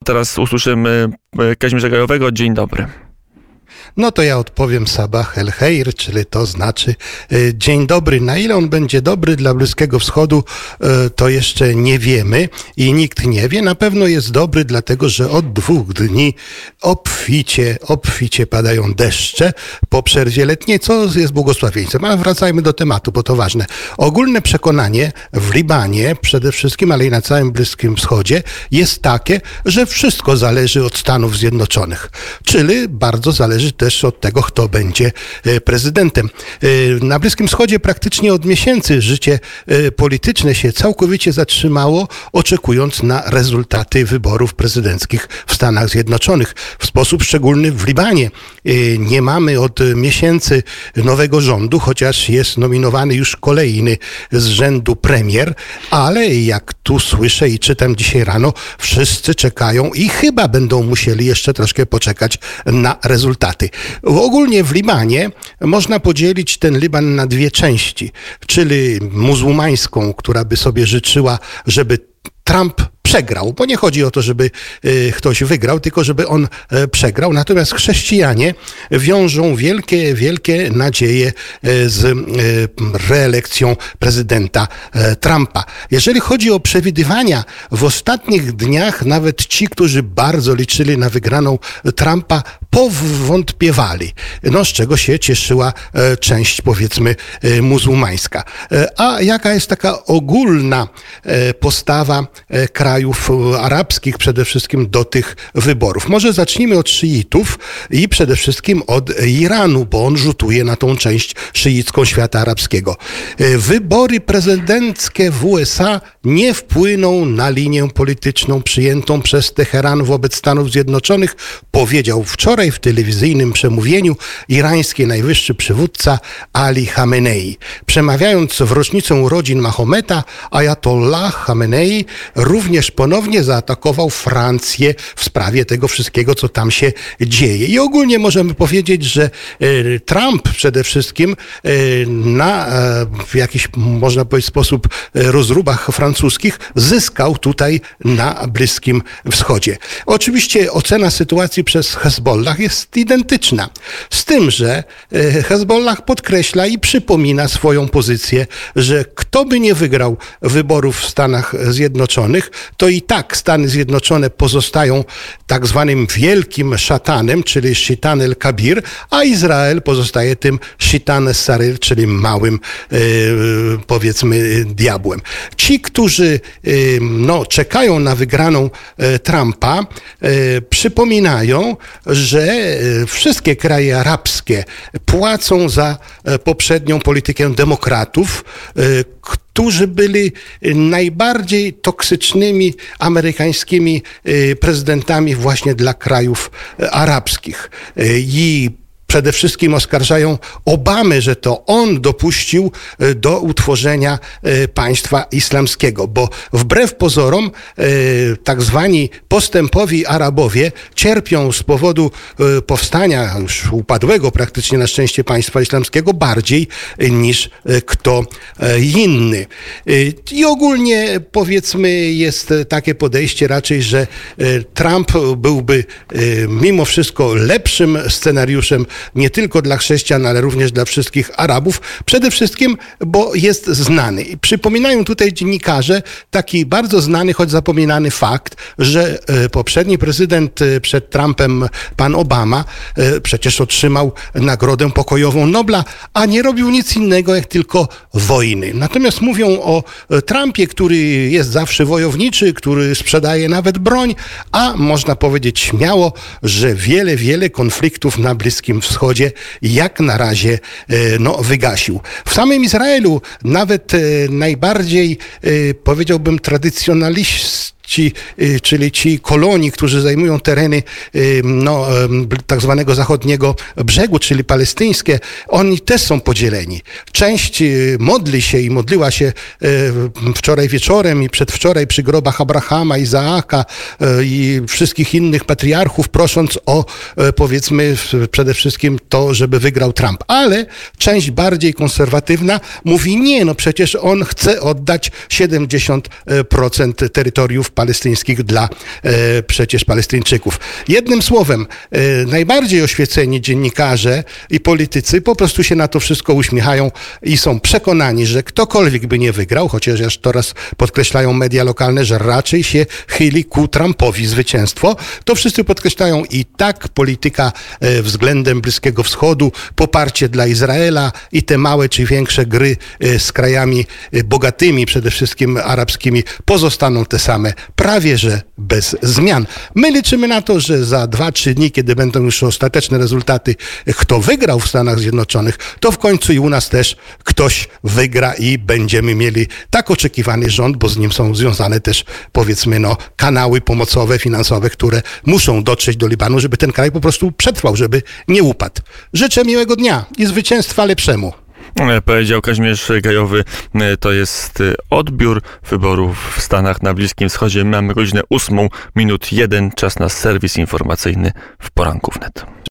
teraz usłyszymy Kazimierza Gajowego. Dzień dobry. No to ja odpowiem Sabah el Khair, czyli to znaczy dzień dobry. Na ile on będzie dobry dla Bliskiego Wschodu, to jeszcze nie wiemy i nikt nie wie. Na pewno jest dobry, dlatego że od 2 dni obficie padają deszcze po przerwie letniej, co jest błogosławieństwem. Ale wracajmy do tematu, bo to ważne. Ogólne przekonanie w Libanie przede wszystkim, ale i na całym Bliskim Wschodzie jest takie, że wszystko zależy od Stanów Zjednoczonych. Czyli bardzo zależy też od tego, kto będzie prezydentem. Na Bliskim Wschodzie praktycznie od miesięcy życie polityczne się całkowicie zatrzymało, oczekując na rezultaty wyborów prezydenckich w Stanach Zjednoczonych. W sposób szczególny w Libanie. Nie mamy od miesięcy nowego rządu, chociaż jest nominowany już kolejny z rzędu premier, ale jak tu słyszę i czytam dzisiaj rano, wszyscy czekają i chyba będą musieli jeszcze troszkę poczekać na rezultaty. Ogólnie w Libanie można podzielić ten Liban na 2 części, czyli muzułmańską, która by sobie życzyła, żeby Trump przegrał, bo nie chodzi o to, żeby ktoś wygrał, tylko żeby on przegrał. Natomiast chrześcijanie wiążą wielkie nadzieje z reelekcją prezydenta Trumpa. Jeżeli chodzi o przewidywania, w ostatnich dniach nawet ci, którzy bardzo liczyli na wygraną Trumpa, powątpiewali, z czego się cieszyła część, powiedzmy, muzułmańska. A jaka jest taka ogólna postawa krajów arabskich przede wszystkim do tych wyborów? Może zacznijmy od szyitów i przede wszystkim od Iranu, bo on rzutuje na tą część szyicką świata arabskiego. Wybory prezydenckie w USA nie wpłyną na linię polityczną przyjętą przez Teheran wobec Stanów Zjednoczonych, powiedział wczoraj w telewizyjnym przemówieniu irański najwyższy przywódca Ali Khamenei. Przemawiając w rocznicę urodzin Mahometa, Ayatollah Khamenei również ponownie zaatakował Francję w sprawie tego wszystkiego, co tam się dzieje. I ogólnie możemy powiedzieć, że Trump przede wszystkim w jakiś, można powiedzieć, sposób rozróbach francuskich zyskał tutaj na Bliskim Wschodzie. Oczywiście ocena sytuacji przez Hezbollah jest identyczna. Z tym, że Hezbollah podkreśla i przypomina swoją pozycję, że kto by nie wygrał wyborów w Stanach Zjednoczonych, to i tak Stany Zjednoczone pozostają tak zwanym wielkim szatanem, czyli Shitan el-Kabir, a Izrael pozostaje tym Shitan es-Sarir, czyli małym, powiedzmy, diabłem. Ci, którzy czekają na wygraną Trumpa, przypominają, że wszystkie kraje arabskie płacą za poprzednią politykę demokratów, którzy byli najbardziej toksycznymi amerykańskimi prezydentami właśnie dla krajów arabskich. I przede wszystkim oskarżają Obamę, że to on dopuścił do utworzenia państwa islamskiego, bo wbrew pozorom tak zwani postępowi Arabowie cierpią z powodu powstania już upadłego praktycznie na szczęście państwa islamskiego bardziej niż kto inny. I ogólnie, powiedzmy, jest takie podejście raczej, że Trump byłby mimo wszystko lepszym scenariuszem nie tylko dla chrześcijan, ale również dla wszystkich Arabów. Przede wszystkim, bo jest znany. I przypominają tutaj dziennikarze taki bardzo znany, choć zapominany fakt, że poprzedni prezydent przed Trumpem, pan Obama, przecież otrzymał Nagrodę Pokojową Nobla, a nie robił nic innego jak tylko wojny. Natomiast mówią o Trumpie, który jest zawsze wojowniczy, który sprzedaje nawet broń, a można powiedzieć śmiało, że wiele konfliktów na Bliskim Wschodzie jak na razie wygasił. W samym Izraelu nawet najbardziej, powiedziałbym, tradycjonaliści, czyli ci kolonii, którzy zajmują tereny tak zwanego zachodniego brzegu, czyli palestyńskie, oni też są podzieleni. Część modli się i modliła się wczoraj wieczorem i przedwczoraj przy grobach Abrahama, Izaaka i wszystkich innych patriarchów, prosząc o, powiedzmy, przede wszystkim to, żeby wygrał Trump. Ale część bardziej konserwatywna mówi nie, przecież on chce oddać 70% terytoriów palestyńskich dla przecież Palestyńczyków. Jednym słowem, najbardziej oświeceni dziennikarze i politycy po prostu się na to wszystko uśmiechają i są przekonani, że ktokolwiek by nie wygrał, chociaż to raz podkreślają media lokalne, że raczej się chyli ku Trumpowi zwycięstwo, to wszyscy podkreślają i tak polityka względem Bliskiego Wschodu, poparcie dla Izraela i te małe czy większe gry z krajami bogatymi, przede wszystkim arabskimi, pozostaną te same, prawie że bez zmian. My liczymy na to, że za 2-3 dni, kiedy będą już ostateczne rezultaty, kto wygrał w Stanach Zjednoczonych, to w końcu i u nas też ktoś wygra i będziemy mieli tak oczekiwany rząd, bo z nim są związane też, powiedzmy, kanały pomocowe, finansowe, które muszą dotrzeć do Libanu, żeby ten kraj po prostu przetrwał, żeby nie upadł. Życzę miłego dnia i zwycięstwa lepszemu. Powiedział Kazimierz Gajowy, to jest odbiór wyborów w Stanach na Bliskim Wschodzie. Mamy godzinę 8:01, czas na serwis informacyjny w poranku wnet.